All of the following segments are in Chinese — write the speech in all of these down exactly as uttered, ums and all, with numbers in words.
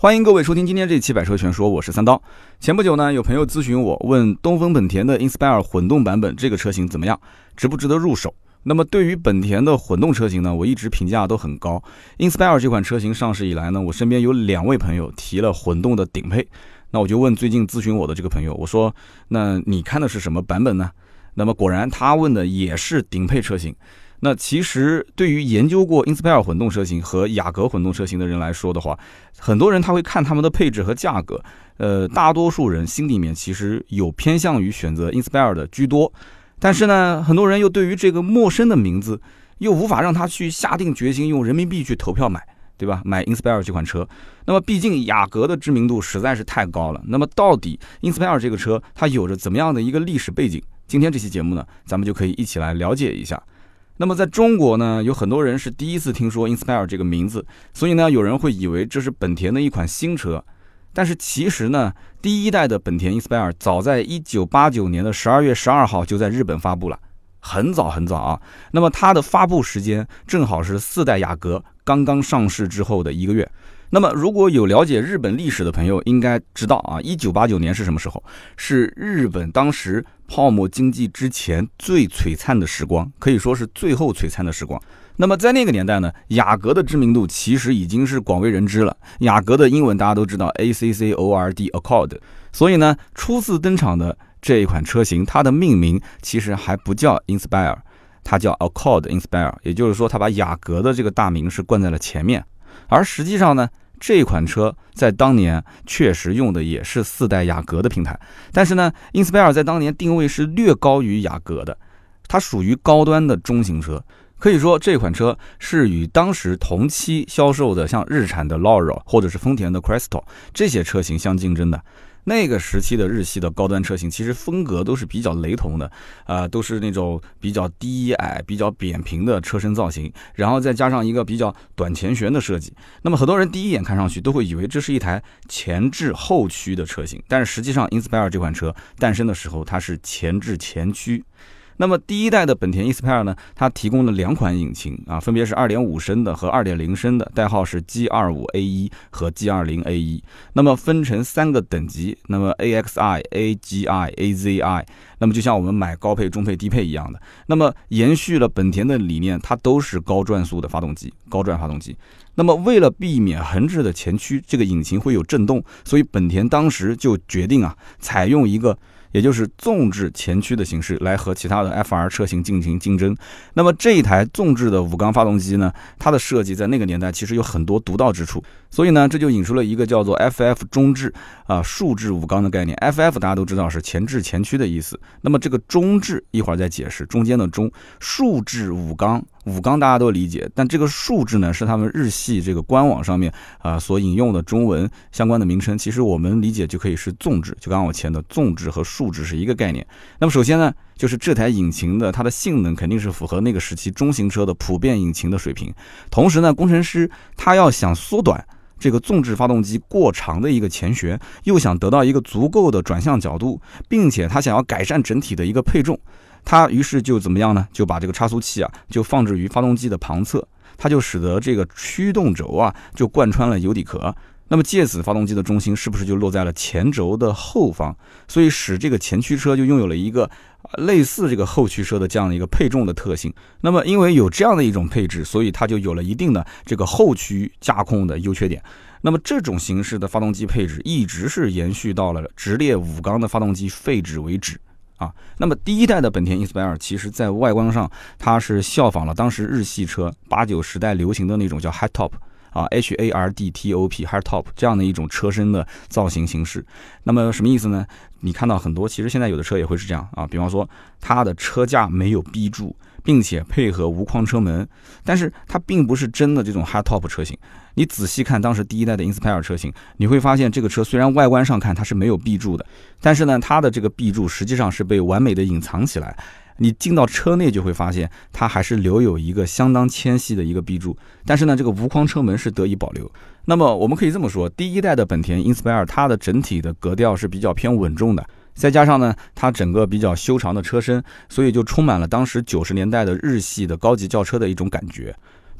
欢迎各位收听今天这期百车全说，我是三刀。前不久呢，有朋友咨询我，问东风本田的 Inspire 混动版本这个车型怎么样，值不值得入手？那么对于本田的混动车型呢，我一直评价都很高。Inspire 这款车型上市以来呢，我身边有两位朋友提了混动的顶配，那我就问最近咨询我的这个朋友，我说那你看的是什么版本呢？那么果然他问的也是顶配车型。那其实对于研究过 Inspire 混动车型和雅阁混动车型的人来说的话，很多人他会看他们的配置和价格，呃，大多数人心里面其实有偏向于选择 Inspire 的居多，但是呢，很多人又对于这个陌生的名字，又无法让他去下定决心用人民币去投票买，对吧？买 Inspire 这款车，那么毕竟雅阁的知名度实在是太高了。那么到底 Inspire 这个车它有着怎么样的一个历史背景？今天这期节目呢，咱们就可以一起来了解一下。那么在中国呢，有很多人是第一次听说 Inspire 这个名字，所以呢，有人会以为这是本田的一款新车。但是其实呢，第一代的本田 Inspire 早在一九八九年的十二月十二号就在日本发布了，很早很早啊。那么它的发布时间正好是四代雅阁刚刚上市之后的一个月。那么如果有了解日本历史的朋友应该知道啊，一九八九年是什么时候？是日本当时泡沫经济之前最璀璨的时光，可以说是最后璀璨的时光。那么在那个年代呢，雅阁的知名度其实已经是广为人知了。雅阁的英文大家都知道 A C C O R D Accord， 所以呢，初次登场的这一款车型，它的命名其实还不叫 Inspire， 它叫 Accord Inspire， 也就是说它把雅阁的这个大名是冠在了前面。而实际上呢，这款车在当年确实用的也是四代雅阁的平台，但是呢 Inspire 在当年定位是略高于雅阁的，它属于高端的中型车。可以说这款车是与当时同期销售的像日产的 Laurel 或者是丰田的 Crystal 这些车型相竞争的。那个时期的日系的高端车型其实风格都是比较雷同的，啊、呃，都是那种比较低矮、比较扁平的车身造型，然后再加上一个比较短前悬的设计。那么很多人第一眼看上去都会以为这是一台前置后驱的车型，但是实际上 Inspire 这款车诞生的时候它是前置前驱。那么第一代的本田 Inspire 呢，它提供了两款引擎啊，分别是 二点五 升的和 二点零 升的，代号是 G 二十五 A 一 和 G 二十 A 一。那么分成三个等级，那么 A X I、A G I、A Z I， 那么就像我们买高配、中配、低配一样的。那么延续了本田的理念，它都是高转速的发动机，高转发动机。那么为了避免横置的前驱这个引擎会有震动，所以本田当时就决定啊，采用一个也就是纵置前驱的形式来和其他的 F R 车型进行竞争。那么这一台纵置的五缸发动机呢，它的设计在那个年代其实有很多独到之处，所以呢，这就引出了一个叫做 F F 中置啊竖置五缸的概念。F F 大家都知道是前置前驱的意思，那么这个中置一会儿再解释，中间的中，竖置五缸。五缸大家都理解，但这个竖置呢是他们日系这个官网上面啊、呃、所引用的中文相关的名称，其实我们理解就可以是纵置，就刚刚我前的纵置和竖置是一个概念。那么首先呢，就是这台引擎的它的性能肯定是符合那个时期中型车的普遍引擎的水平，同时呢，工程师他要想缩短这个纵置发动机过长的一个前悬，又想得到一个足够的转向角度，并且他想要改善整体的一个配重。它于是就怎么样呢？就把这个差速器啊，就放置于发动机的旁侧，它就使得这个驱动轴啊，就贯穿了油底壳。那么借此发动机的中心是不是就落在了前轴的后方？所以使这个前驱车就拥有了一个类似这个后驱车的这样的一个配重的特性。那么因为有这样的一种配置，所以它就有了一定的这个后驱驾控的优缺点。那么这种形式的发动机配置一直是延续到了直列五缸的发动机废止为止。啊，那么第一代的本田 Inspire 其实在外观上，它是效仿了当时日系车八九十代流行的那种叫 Hardtop 啊 H A R D T O P Hardtop 这样的一种车身的造型形式。那么什么意思呢？你看到很多，其实现在有的车也会是这样啊，比方说它的车架没有 B 柱，并且配合无框车门，但是它并不是真的这种 Hardtop 车型。你仔细看当时第一代的 Inspire 车型，你会发现这个车虽然外观上看它是没有 B 柱的，但是呢，它的这个 B 柱实际上是被完美的隐藏起来。你进到车内就会发现，它还是留有一个相当纤细的一个 B 柱，但是呢，这个无框车门是得以保留。那么我们可以这么说，第一代的本田 Inspire 它的整体的格调是比较偏稳重的，再加上呢，它整个比较修长的车身，所以就充满了当时九十年代的日系的高级轿车的一种感觉。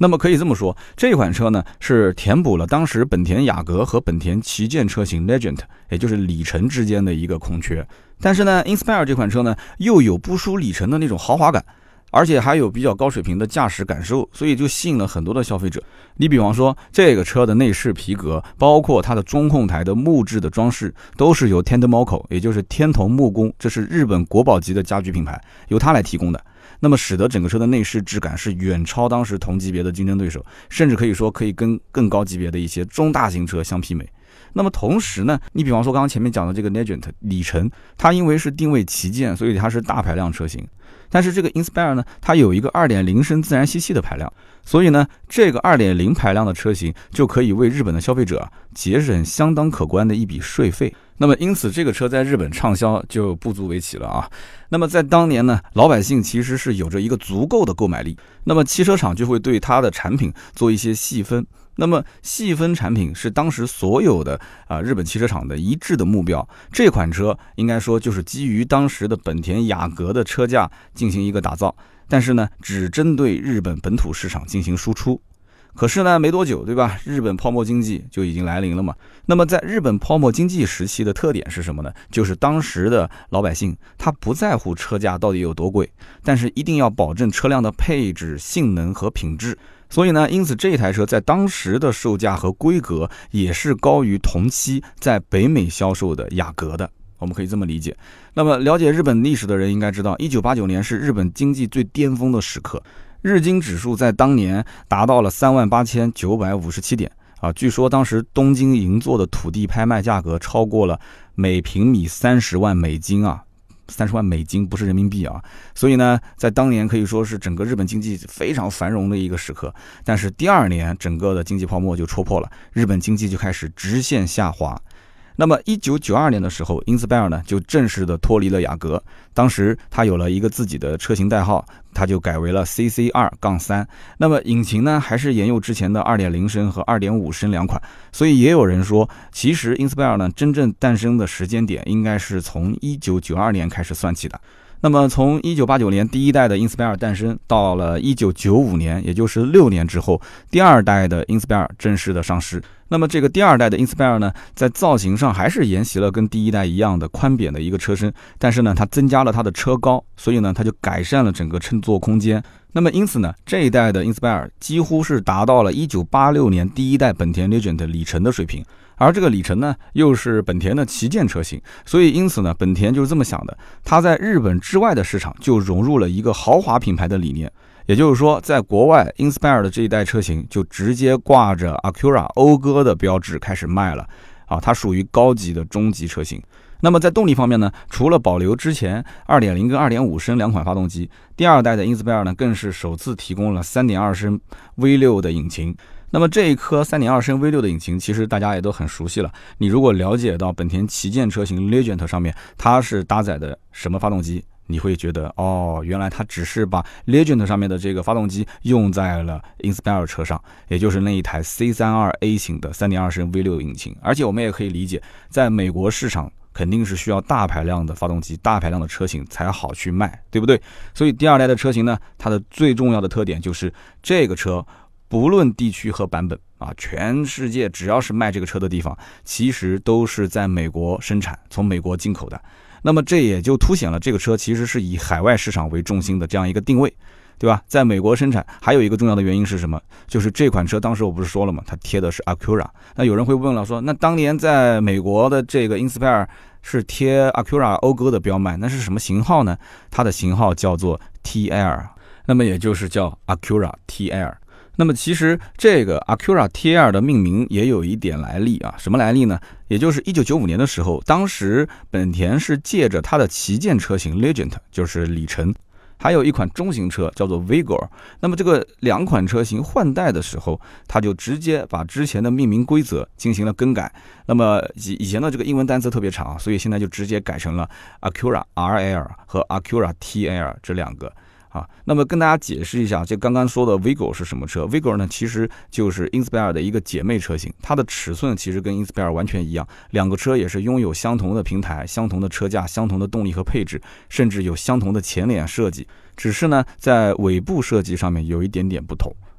那么可以这么说，这款车呢是填补了当时本田雅阁和本田旗舰车型 Legend， 也就是里程之间的一个空缺。但是呢 Inspire 这款车呢又有不输里程的那种豪华感，而且还有比较高水平的驾驶感受，所以就吸引了很多的消费者。你比方说这个车的内饰皮革，包括它的中控台的木质的装饰，都是由 Tentomoko， 也就是天童木工，这是日本国宝级的家居品牌，由它来提供的。那么使得整个车的内饰质感是远超当时同级别的竞争对手，甚至可以说可以跟更高级别的一些中大型车相媲美。那么同时呢，你比方说刚刚前面讲的这个 Legend 里程，它因为是定位旗舰，所以它是大排量车型。但是这个 Inspire 呢，它有一个 二点零 升自然吸气的排量，所以呢，这个 二点零 排量的车型就可以为日本的消费者节省相当可观的一笔税费。那么因此这个车在日本畅销就不足为奇了啊。那么在当年呢，老百姓其实是有着一个足够的购买力，那么汽车厂就会对它的产品做一些细分。那么细分产品是当时所有的啊、呃、日本汽车厂的一致的目标。这款车应该说就是基于当时的本田雅阁的车架进行一个打造，但是呢，只针对日本本土市场进行输出。可是呢，没多久，对吧？日本泡沫经济就已经来临了嘛。那么在日本泡沫经济时期的特点是什么呢？就是当时的老百姓他不在乎车价到底有多贵，但是一定要保证车辆的配置、性能和品质。所以呢，因此这台车在当时的售价和规格也是高于同期在北美销售的雅阁的。我们可以这么理解。那么了解日本历史的人应该知道，一九八九年是日本经济最巅峰的时刻。日经指数在当年达到了三万八千九百五十七点啊！据说当时东京银座的土地拍卖价格超过了每平米三十万美金啊，三十万美金不是人民币啊！所以呢，在当年可以说是整个日本经济非常繁荣的一个时刻。但是第二年，整个的经济泡沫就戳破了，日本经济就开始直线下滑。那么一九九二年的时候 Inspire 呢就正式的脱离了雅阁，当时它有了一个自己的车型代号，它就改为了 C C 二三。 那么引擎呢还是沿用之前的 二点零 升和 二点五 升两款，所以也有人说其实 Inspire 呢真正诞生的时间点应该是从一九九二年开始算起的。那么从一九八九年第一代的 Inspire 诞生，到了一九九五年，也就是六年之后，第二代的 Inspire 正式的上市。那么这个第二代的 Inspire 呢，在造型上还是沿袭了跟第一代一样的宽扁的一个车身，但是呢，它增加了它的车高，所以呢，它就改善了整个乘坐空间。那么因此呢，这一代的 Inspire 几乎是达到了一九八六年第一代本田 Legend 里程的水平。而这个里程呢，又是本田的旗舰车型，所以因此呢，本田就是这么想的，它在日本之外的市场就融入了一个豪华品牌的理念。也就是说，在国外 Inspire 的这一代车型就直接挂着 Acura 讴歌的标志开始卖了啊，它属于高级的中级车型。那么在动力方面呢，除了保留之前 二点零 跟 二点五 升两款发动机，第二代的 Inspire 呢更是首次提供了 三点二 升 V 六 的引擎。那么这一颗 三点二 升 V 六 的引擎其实大家也都很熟悉了，你如果了解到本田旗舰车型 Legend 上面它是搭载的什么发动机，你会觉得哦，原来它只是把 Legend 上面的这个发动机用在了 Inspire 车上，也就是那一台 C 三十二 A 型的 三点二 升 V 六 引擎。而且我们也可以理解，在美国市场肯定是需要大排量的发动机、大排量的车型才好去卖，对不对？所以第二代的车型呢，它的最重要的特点就是这个车不论地区和版本啊，全世界只要是卖这个车的地方，其实都是在美国生产，从美国进口的。那么这也就凸显了这个车其实是以海外市场为重心的这样一个定位，对吧？在美国生产，还有一个重要的原因是什么？就是这款车当时我不是说了吗？它贴的是 Acura。那有人会问了说，那当年在美国的这个 Inspire 是贴 Acura 讴歌的标卖，那是什么型号呢？它的型号叫做 T L， 那么也就是叫 Acura T L。那么其实这个 Acura T L 的命名也有一点来历啊，什么来历呢？也就是一九九五年的时候，当时本田是借着它的旗舰车型 Legend， 就是里程，还有一款中型车叫做 Vigor。那么这个两款车型换代的时候，它就直接把之前的命名规则进行了更改。那么以以前的这个英文单词特别长，所以现在就直接改成了 Acura R L 和 Acura T L 这两个。啊，那么跟大家解释一下，这刚刚说的 Vigor 是什么车 ？Vigor 呢，其实就是 Inspire 的一个姐妹车型，它的尺寸其实跟 Inspire 完全一样，两个车也是拥有相同的平台、相同的车架、相同的动力和配置，甚至有相同的前脸设计，只是呢在尾部设计上面有一点点不同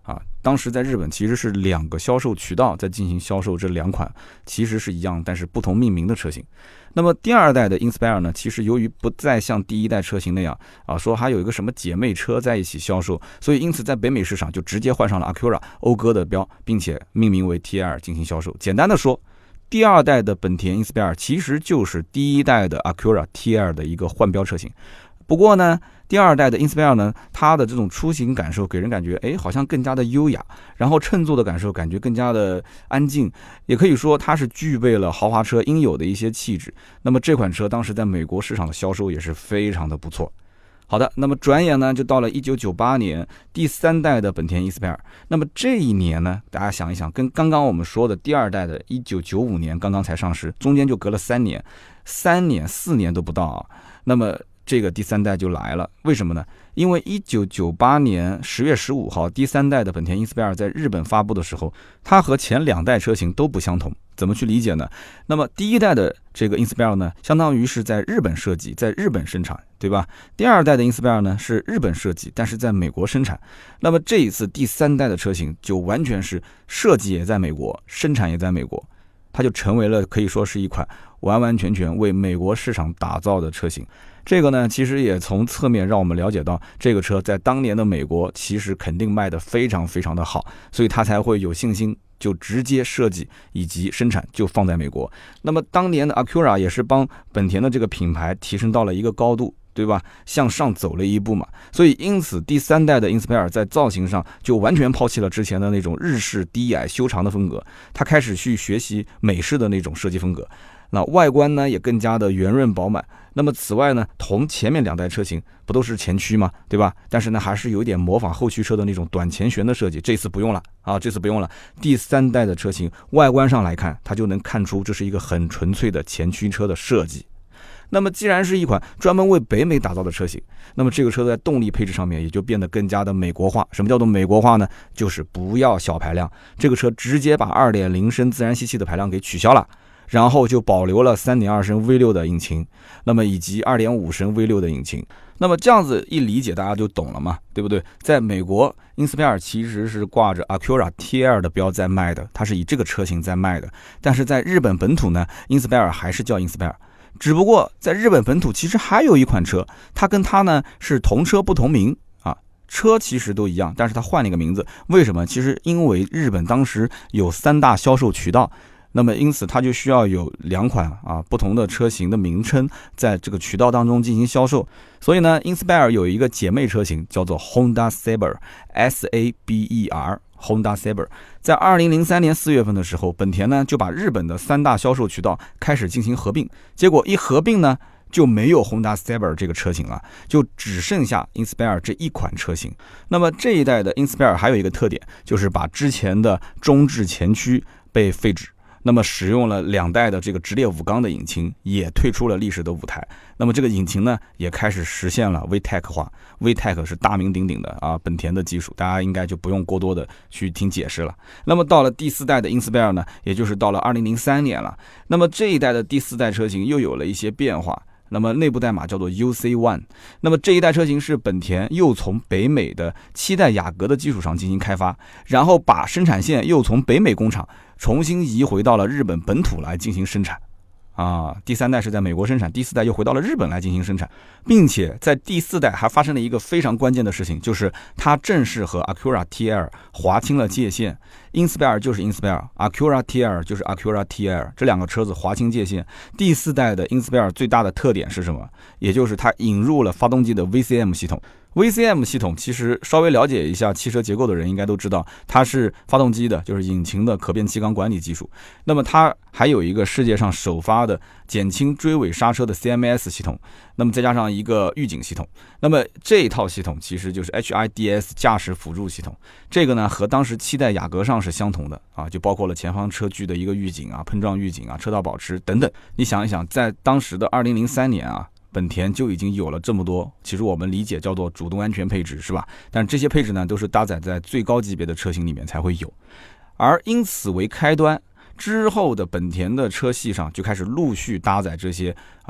啊，当时在日本其实是两个销售渠道在进行销售这两款其实是一样但是不同命名的车型。那么第二代的 Inspire 呢，其实由于不再像第一代车型那样啊，说还有一个什么姐妹车在一起销售，所以因此在北美市场就直接换上了 Acura 讴歌的标，并且命名为 T L 进行销售。简单的说，第二代的本田 Inspire 其实就是第一代的 Acura T L 的一个换标车型。不过呢，第二代的 Inspire 呢，它的这种出行感受给人感觉，哎，好像更加的优雅，然后乘坐的感受感觉更加的安静，也可以说它是具备了豪华车应有的一些气质。那么这款车当时在美国市场的销售也是非常的不错。好的，那么转眼呢就到了一九九八年，第三代的本田 Inspire。那么这一年呢，大家想一想，跟刚刚我们说的第二代的一九九五年刚刚才上市，中间就隔了三年，三年四年都不到啊。那么这个第三代就来了，为什么呢？因为一九九八年十月十五号，第三代的本田 Inspire 在日本发布的时候，它和前两代车型都不相同。怎么去理解呢？那么第一代的这个 Inspire 呢，相当于是在日本设计，在日本生产，对吧？第二代的 Inspire 呢是日本设计，但是在美国生产。那么这一次第三代的车型就完全是设计也在美国，生产也在美国，它就成为了可以说是一款完完全全为美国市场打造的车型。这个呢，其实也从侧面让我们了解到，这个车在当年的美国其实肯定卖得非常非常的好，所以它才会有信心就直接设计以及生产就放在美国。那么当年的 Acura 也是帮本田的这个品牌提升到了一个高度，对吧？向上走了一步嘛。所以因此第三代的 Inspire 在造型上就完全抛弃了之前的那种日式低矮修长的风格，它开始去学习美式的那种设计风格。那外观呢也更加的圆润饱满。那么此外呢，同前面两代车型不都是前驱吗？对吧？但是呢还是有一点模仿后驱车的那种短前悬的设计，这次不用了啊，这次不用了。第三代的车型外观上来看，它就能看出这是一个很纯粹的前驱车的设计。那么既然是一款专门为北美打造的车型，那么这个车在动力配置上面也就变得更加的美国化。什么叫做美国化呢？就是不要小排量，这个车直接把 二点零 升自然吸气的排量给取消了，然后就保留了 三点二 升 V 六 的引擎，那么以及 二点五 升 V 六 的引擎。那么这样子一理解大家就懂了嘛，对不对？在美国 Inspire 其实是挂着 Acura T L 的标在卖的，它是以这个车型在卖的。但是在日本本土呢， Inspire 还是叫 Inspire， 只不过在日本本土其实还有一款车，它跟它呢是同车不同名啊，车其实都一样，但是它换了一个名字。为什么？其实因为日本当时有三大销售渠道，那么因此它就需要有两款啊不同的车型的名称在这个渠道当中进行销售。所以呢 Inspire 有一个姐妹车型叫做 Honda Saber， S A B E R Honda Saber。 在二零零三年四月份的时候，本田呢就把日本的三大销售渠道开始进行合并，结果一合并呢就没有 Honda Saber 这个车型了，就只剩下 Inspire 这一款车型。那么这一代的 Inspire 还有一个特点，就是把之前的中置前驱被废止，那么使用了两代的这个直列五缸的引擎，也退出了历史的舞台。那么这个引擎呢也开始实现了 V TEC 化。 V TEC 是大名鼎鼎的啊，本田的技术，大家应该就不用过多的去听解释了。那么到了第四代的 Inspire 呢，也就是到了二零零三年了，那么这一代的第四代车型又有了一些变化，那么内部代码叫做 U C 一。 那么这一代车型是本田又从北美的七代雅阁的基础上进行开发，然后把生产线又从北美工厂重新移回到了日本本土来进行生产啊。第三代是在美国生产，第四代又回到了日本来进行生产，并且在第四代还发生了一个非常关键的事情，就是它正式和 Acura T L 划清了界限。Inspire 就是 Inspire， Acura T L 就是 Acura T L， 这两个车子划清界限。第四代的 Inspire 最大的特点是什么？也就是它引入了发动机的 V C M 系统。V C M 系统其实稍微了解一下汽车结构的人应该都知道，它是发动机的，就是引擎的可变气缸管理技术。那么它还有一个世界上首发的减轻追尾刹车的 C M S 系统，那么再加上一个预警系统。那么这一套系统其实就是 H I D S 驾驶辅助系统。这个呢和当时七代雅阁上是相同的啊，就包括了前方车距的一个预警啊、碰撞预警啊、车道保持等等。你想一想，在当时的二零零三年啊，本田就已经有了这么多，其实我们理解叫做主动安全配置，是吧？但这些配置呢都是搭载在最高级别的车型里面才会有。而因此为开端之后的本田的车系上就开始陆续搭载这些啊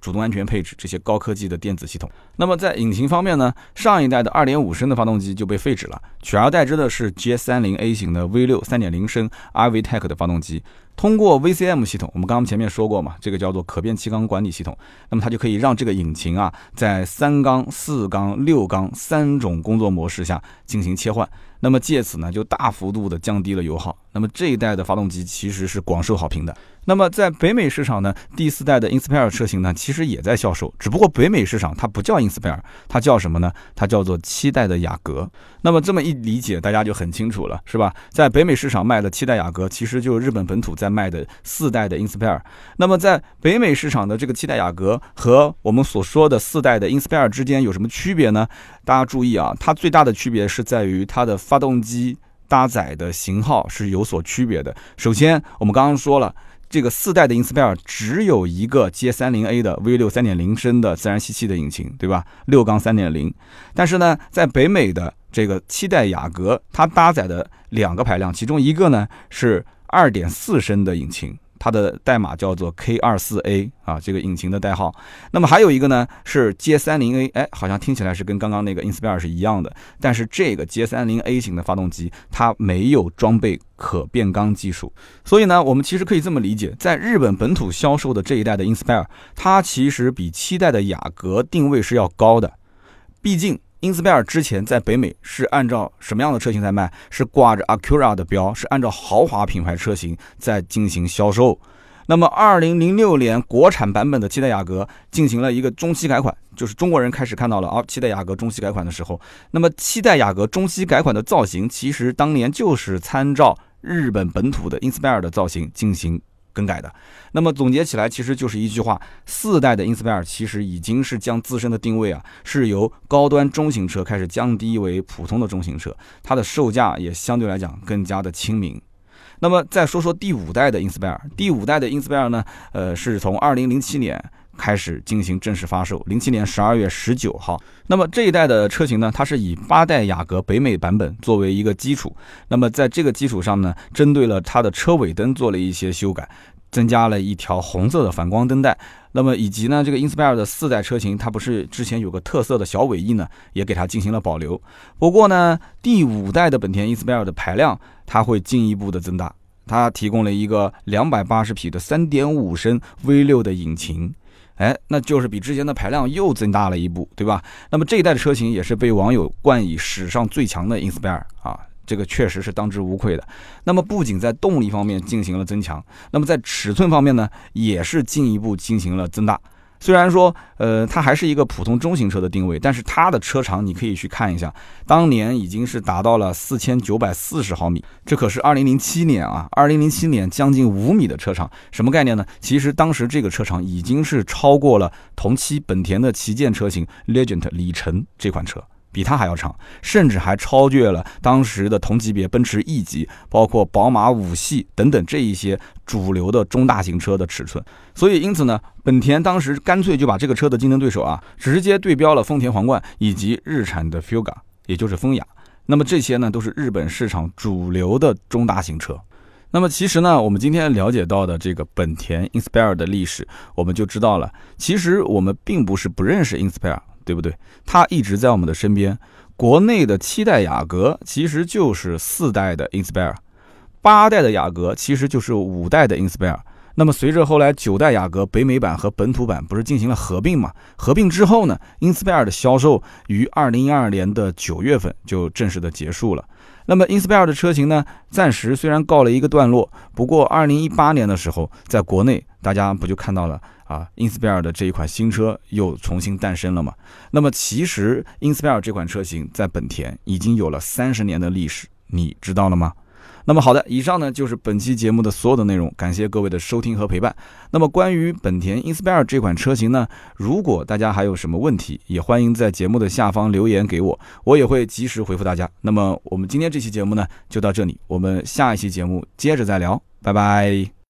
主动安全配置这些高科技的电子系统。那么在引擎方面呢，上一代的 二点五 升的发动机就被废止了，取而代之的是 G S 三十 A 型的 V 六 三点零 升 R V Tech 的发动机。通过 V C M 系统，我们刚刚前面说过嘛，这个叫做可变气缸管理系统，那么它就可以让这个引擎啊，在三缸、四缸、六缸三种工作模式下进行切换，那么借此呢，就大幅度的降低了油耗。那么这一代的发动机其实是广受好评的。那么在北美市场呢，第四代的 Inspire 车型呢，其实也在销售，只不过北美市场它不叫 Inspire， 它叫什么呢？它叫做七代的雅阁。那么这么一理解，大家就很清楚了，是吧？在北美市场卖的七代雅阁，其实就是日本本土在卖的四代的 Inspire。那么在北美市场的这个七代雅阁和我们所说的四代的 Inspire 之间有什么区别呢？大家注意啊，它最大的区别是在于它的发动机搭载的型号是有所区别的。首先，我们刚刚说了，这个四代的 Inspire 只有一个 G S 三十 A 的 V 六 三点零 升的自然吸气的引擎，对吧？六缸 三点零。但是呢，在北美的这个七代雅阁，它搭载的两个排量，其中一个呢是 二点四 升的引擎，它的代码叫做 K 二十四 A 啊，这个引擎的代号。那么还有一个呢是 G S 三十 A， 哎，好像听起来是跟刚刚那个 Inspire 是一样的，但是这个 G S 三十 A 型的发动机它没有装备可变缸技术，所以呢，我们其实可以这么理解，在日本本土销售的这一代的 Inspire， 它其实比七代的雅阁定位是要高的，毕竟Inspire 之前在北美是按照什么样的车型在卖？是挂着 Acura 的标，是按照豪华品牌车型在进行销售。那么二零零六年国产版本的七代雅阁进行了一个中期改款，就是中国人开始看到了啊，七代雅阁中期改款的时候，那么七代雅阁中期改款的造型，其实当年就是参照日本本土的 Inspire 的造型进行更改的。那么总结起来，其实就是一句话：四代的 Inspire 其实已经是将自身的定位啊，是由高端中型车开始降低为普通的中型车，它的售价也相对来讲更加的亲民。那么再说说第五代的 Inspire， 第五代的 Inspire 呢，呃，是从二零零七年开始进行正式发售，零七年十二月十九号。那么这一代的车型呢，它是以八代雅阁北美版本作为一个基础，那么在这个基础上呢，针对了它的车尾灯做了一些修改，增加了一条红色的反光灯带。那么以及呢，这个 Inspire 的四代车型，它不是之前有个特色的小尾翼呢，也给它进行了保留。不过呢，第五代的本田 Inspire 的排量，它会进一步的增大，它提供了一个两百八十匹的 三点五 升 V 六 的引擎。哎，那就是比之前的排量又增大了一步，对吧？那么这一代的车型也是被网友冠以史上最强的 Inspire 啊，这个确实是当之无愧的。那么不仅在动力方面进行了增强，那么在尺寸方面呢，也是进一步进行了增大。虽然说，呃，它还是一个普通中型车的定位，但是它的车长你可以去看一下，当年已经是达到了四千九百四十毫米，这可是二零零七年啊，二零零七年将近五米的车长，什么概念呢？其实当时这个车长已经是超过了同期本田的旗舰车型 Legend 里程这款车。比它还要长，甚至还超越了当时的同级别奔驰 E 级，包括宝马五系等等这一些主流的中大型车的尺寸。所以因此呢，本田当时干脆就把这个车的竞争对手啊，直接对标了丰田皇冠以及日产的 Fuga， 也就是风雅。那么这些呢，都是日本市场主流的中大型车。那么其实呢，我们今天了解到的这个本田 Inspire 的历史，我们就知道了，其实我们并不是不认识 Inspire，对不对？它一直在我们的身边。国内的七代雅阁其实就是四代的 Inspire， 八代的雅阁其实就是五代的 Inspire。那么随着后来九代雅阁北美版和本土版不是进行了合并嘛？合并之后呢 ，Inspire 的销售于二零一二年的九月份就正式的结束了。那么 Inspire 的车型呢，暂时虽然告了一个段落，不过二零一八年的时候，在国内大家不就看到了啊 Inspire 的这一款新车又重新诞生了嘛？那么其实 Inspire 这款车型在本田已经有了三十年的历史，你知道了吗？那么好的，以上呢就是本期节目的所有的内容，感谢各位的收听和陪伴。那么关于本田 Inspire 这款车型呢，如果大家还有什么问题，也欢迎在节目的下方留言给我，我也会及时回复大家。那么我们今天这期节目呢就到这里，我们下一期节目接着再聊，拜拜。